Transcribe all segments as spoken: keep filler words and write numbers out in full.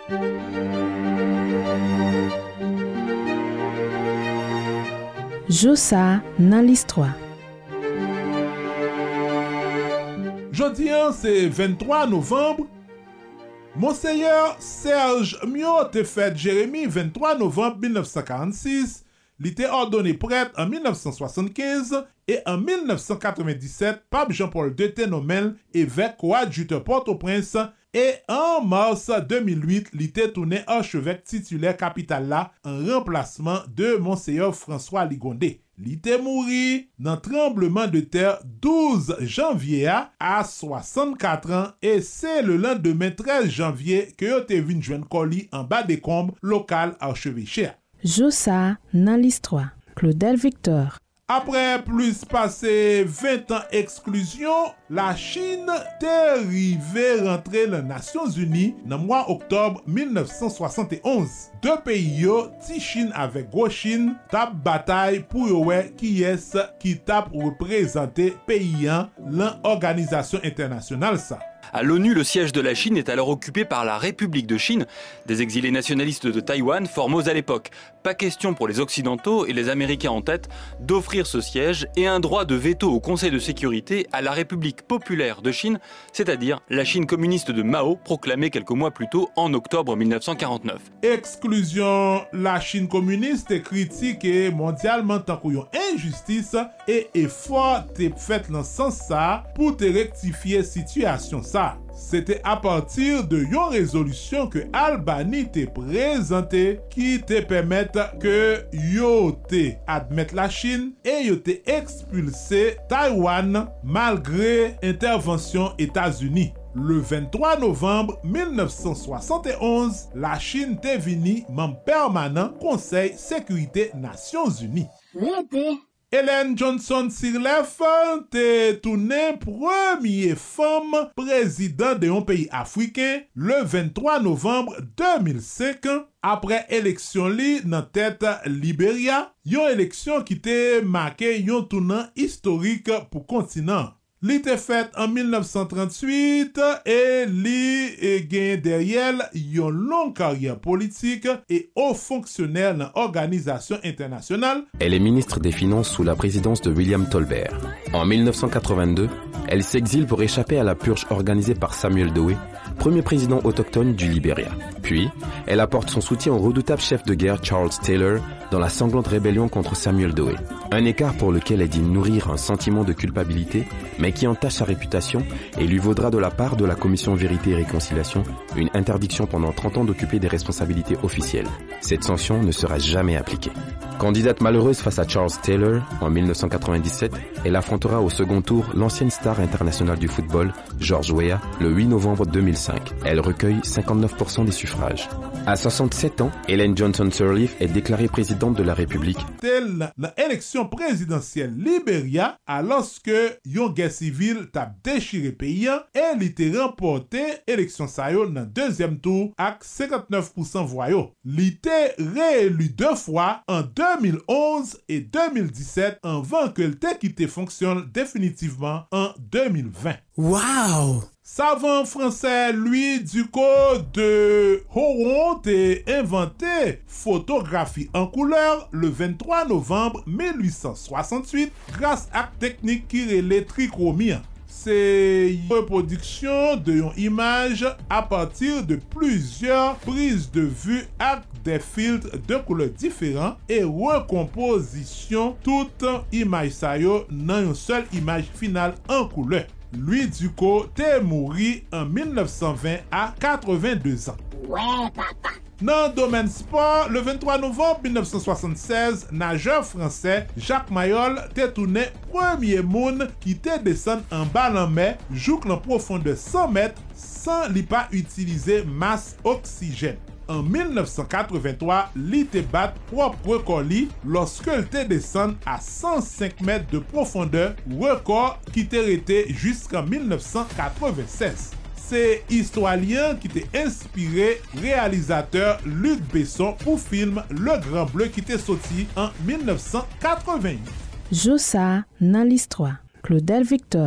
Josa dans l'histoire. Jeudi, c'est vingt-trois novembre. Monseigneur Serge Mio te fait Jérémie vingt-trois novembre mille neuf cent quarante-six. Il était ordonné prêtre en mille neuf cent soixante-quinze et en mille neuf cent quatre-vingt-dix-sept, Pape Jean-Paul deux te nommé évêque coadjuteur Port-au-Prince et en mars deux mille huit, il était tourné archevêque titulaire capitale là en remplacement de Monseigneur François Ligondé. Il était mouru dans tremblement de terre douze janvier à soixante-quatre ans et c'est le lendemain treize janvier que yo te vinn joindre colis en bas des combes local archevêché. Josa dans l'histoire. Claudel Victor. Après plus passé vingt ans exclusion, la Chine t'est arrivée rentrer les Nations Unies dans le mois octobre mille neuf cent soixante et onze. Deux pays yo, ti Chine avec Gros Chine, tap bataille pour yo wè qui est qui tap représenter pays en l'organisation internationale ça. À l'ONU, le siège de la Chine est alors occupé par la République de Chine. Des exilés nationalistes de Taïwan, formaux à l'époque. Pas question pour les Occidentaux et les Américains en tête d'offrir ce siège et un droit de veto au Conseil de sécurité à la République populaire de Chine, c'est-à-dire la Chine communiste de Mao, proclamée quelques mois plus tôt en octobre mille neuf cent quarante-neuf. Exclusion la Chine communiste est critiquée mondialement tant qu'il y a injustice et effort te fait dans ce sens ça pour te rectifier situation ça. C'était à partir de une résolution que Albanie te présenté qui te permettent que yo te admettre la Chine et yo te expulsé Taïwan malgré intervention États-Unis. Le vingt-trois novembre mille neuf cent soixante et onze, la Chine te vini membre permanent Conseil Sécurité Nations Unies. Ellen Johnson Sirleaf te tourné première femme président de un pays africain le vingt-trois novembre deux mille cinq après élection li dans tête Libéria, une élection qui te marqué un tournant historique pour continent. Li te fait en mille neuf cent trente-huit et li gagne derrière une longue carrière politique et haut fonctionnaire dans l'organisation internationale. Elle est ministre des Finances sous la présidence de William Tolbert. En mille neuf cent quatre-vingt-deux, elle s'exile pour échapper à la purge organisée par Samuel Doe, premier président autochtone du Libéria. Puis, elle apporte son soutien au redoutable chef de guerre Charles Taylor dans la sanglante rébellion contre Samuel Doe. Un écart pour lequel elle dit nourrir un sentiment de culpabilité, mais qui entache sa réputation et lui vaudra de la part de la Commission Vérité et Réconciliation une interdiction pendant trente ans d'occuper des responsabilités officielles. Cette sanction ne sera jamais appliquée. Candidate malheureuse face à Charles Taylor en mille neuf cent quatre-vingt-dix-sept, elle affrontera au second tour l'ancienne star internationale du football, George Weah, le huit novembre deux mille cinq. Elle recueille cinquante-neuf pour cent des suffrages. À soixante-sept ans, Ellen Johnson Sirleaf est déclarée présidente de la République. Telle l'élection présidentielle Libéria, alors que yon guerre civile t'a déchiré pays, elle était remporté élection sa yo dans deuxième tour avec cinquante-neuf pour cent voix yo. Il était réélu deux fois en deux mille onze et deux mille dix-sept avant que le quitté fonctionne définitivement en deux mille vingt. Wow! Savant français Louis Ducos de Horon a inventé photographie en couleur le vingt-trois novembre mille huit cent soixante-huit grâce à la technique qui relève trichromie. C'est une reproduction de une image à partir de plusieurs prises de vue avec des filtres de couleurs différents et recomposition toute image ça yo dans une seule image finale en couleur. Louis Ducos t'est mouru en mille neuf cent vingt à quatre-vingt-deux ans. Ouais, papa. Dans le domaine sport, le vingt-trois novembre mille neuf cent soixante-seize, nageur français Jacques Mayol t'est tourné premier monde qui t'est descendu en bas en mer, joue en profondeur cent mètres sans li pas utiliser masse oxygène. En mille neuf cent quatre-vingt-trois, li te bat propre record li lorsque il te descend à cent cinq mètres de profondeur, record qui t'est resté jusqu'en mille neuf cent quatre-vingt-seize. C'est historien qui t'a inspiré réalisateur Luc Besson pour film Le Grand Bleu qui t'est sorti en mille neuf cent quatre-vingt-huit. Josa dans l'histoire. Claudel Victor.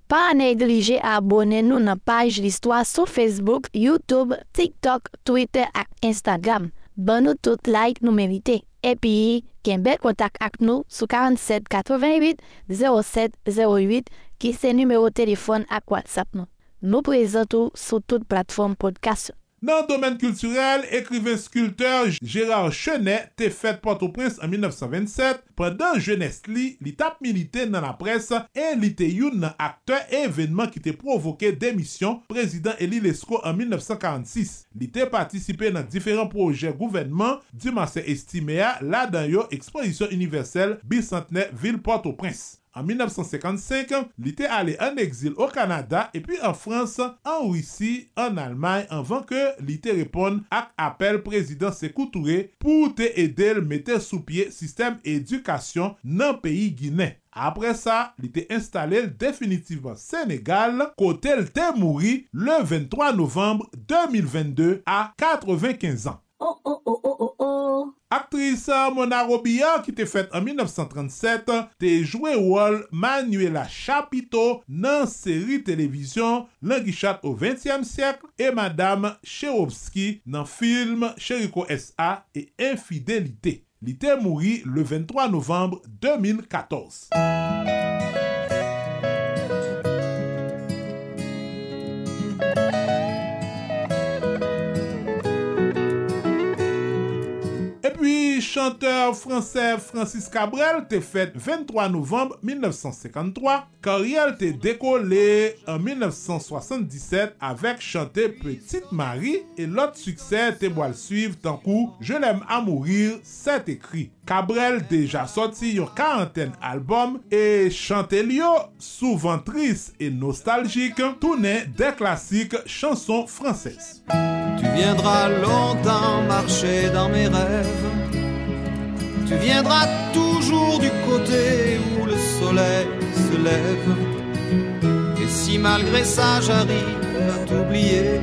Pas négliger à abonner nous dans page l'histoire sur Facebook, YouTube, TikTok, Twitter et Instagram. Bon nous tout like nous méritez. Et puis, Kembel contact avec nous sur quarante-sept quatre-vingt-huit zéro sept zéro huit qui c'est numéro de téléphone à WhatsApp nous. Nous présentons sur toute plateforme podcast. Dans le domaine culturel, écrivain sculpteur Gérard Chenet t'est fait Port-au-Prince en mille neuf cent vingt-sept. Pendant jeunesse li, li tap milité dans la presse et li te youn acteur et événement qui te provoqué démission président Élie Lescaut en mille neuf cent quarante-six. Li te participé dans différents projets gouvernement du Marseille estimé là dans yo exposition universelle bicentenaire ville Port-au-Prince. En mille neuf cent cinquante-cinq, il était allé en exil au Canada et puis en France, en Russie, en Allemagne, avant que il réponde à l'appel président Sékou Touré pour te aider à mettre sous pied système éducation dans le pays guinéen. Après ça, il était installé définitivement au Sénégal, côté il était mort le vingt-trois novembre deux mille vingt-deux à quatre-vingt-quinze ans. Oh oh oh oh oh oh. Actrice Mona Robillard qui était faite en mille neuf cent trente-sept, te joué rôle Manuela Chapito dans série télévision Languichat au vingtième siècle et Madame Cherovski dans film Chérico S A et Infidélité. Il était mort le vingt-trois novembre deux mille quatorze. Chanteur français Francis Cabrel t'est fait vingt-trois novembre mille neuf cent cinquante-trois. Carrière t'est décollé en mille neuf cent soixante-dix-sept avec chanter Petite Marie et l'autre succès t'est boile suivre tant coup Je l'aime à mourir, c'est écrit. Cabrel déjà sorti une quarantaine albums et chanté lio souvent triste et nostalgique, tourné des classiques chansons françaises. Tu viendras longtemps marcher dans mes rêves. Tu viendras toujours du côté où le soleil se lève. Et si malgré ça j'arrive à t'oublier,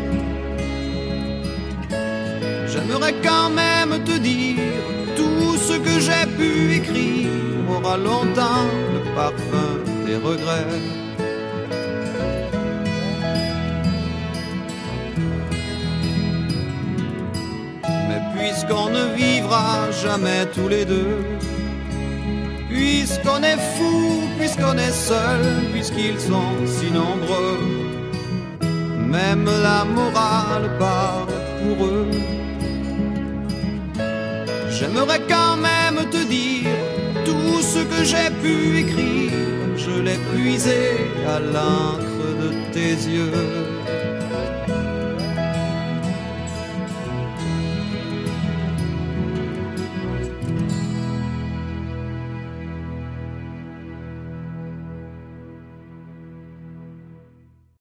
j'aimerais quand même te dire tout ce que j'ai pu écrire aura longtemps le parfum des regrets. Puisqu'on ne vivra jamais tous les deux, puisqu'on est fou, puisqu'on est seul, puisqu'ils sont si nombreux, même la morale part pour eux. J'aimerais quand même te dire tout ce que j'ai pu écrire, je l'ai puisé à l'encre de tes yeux.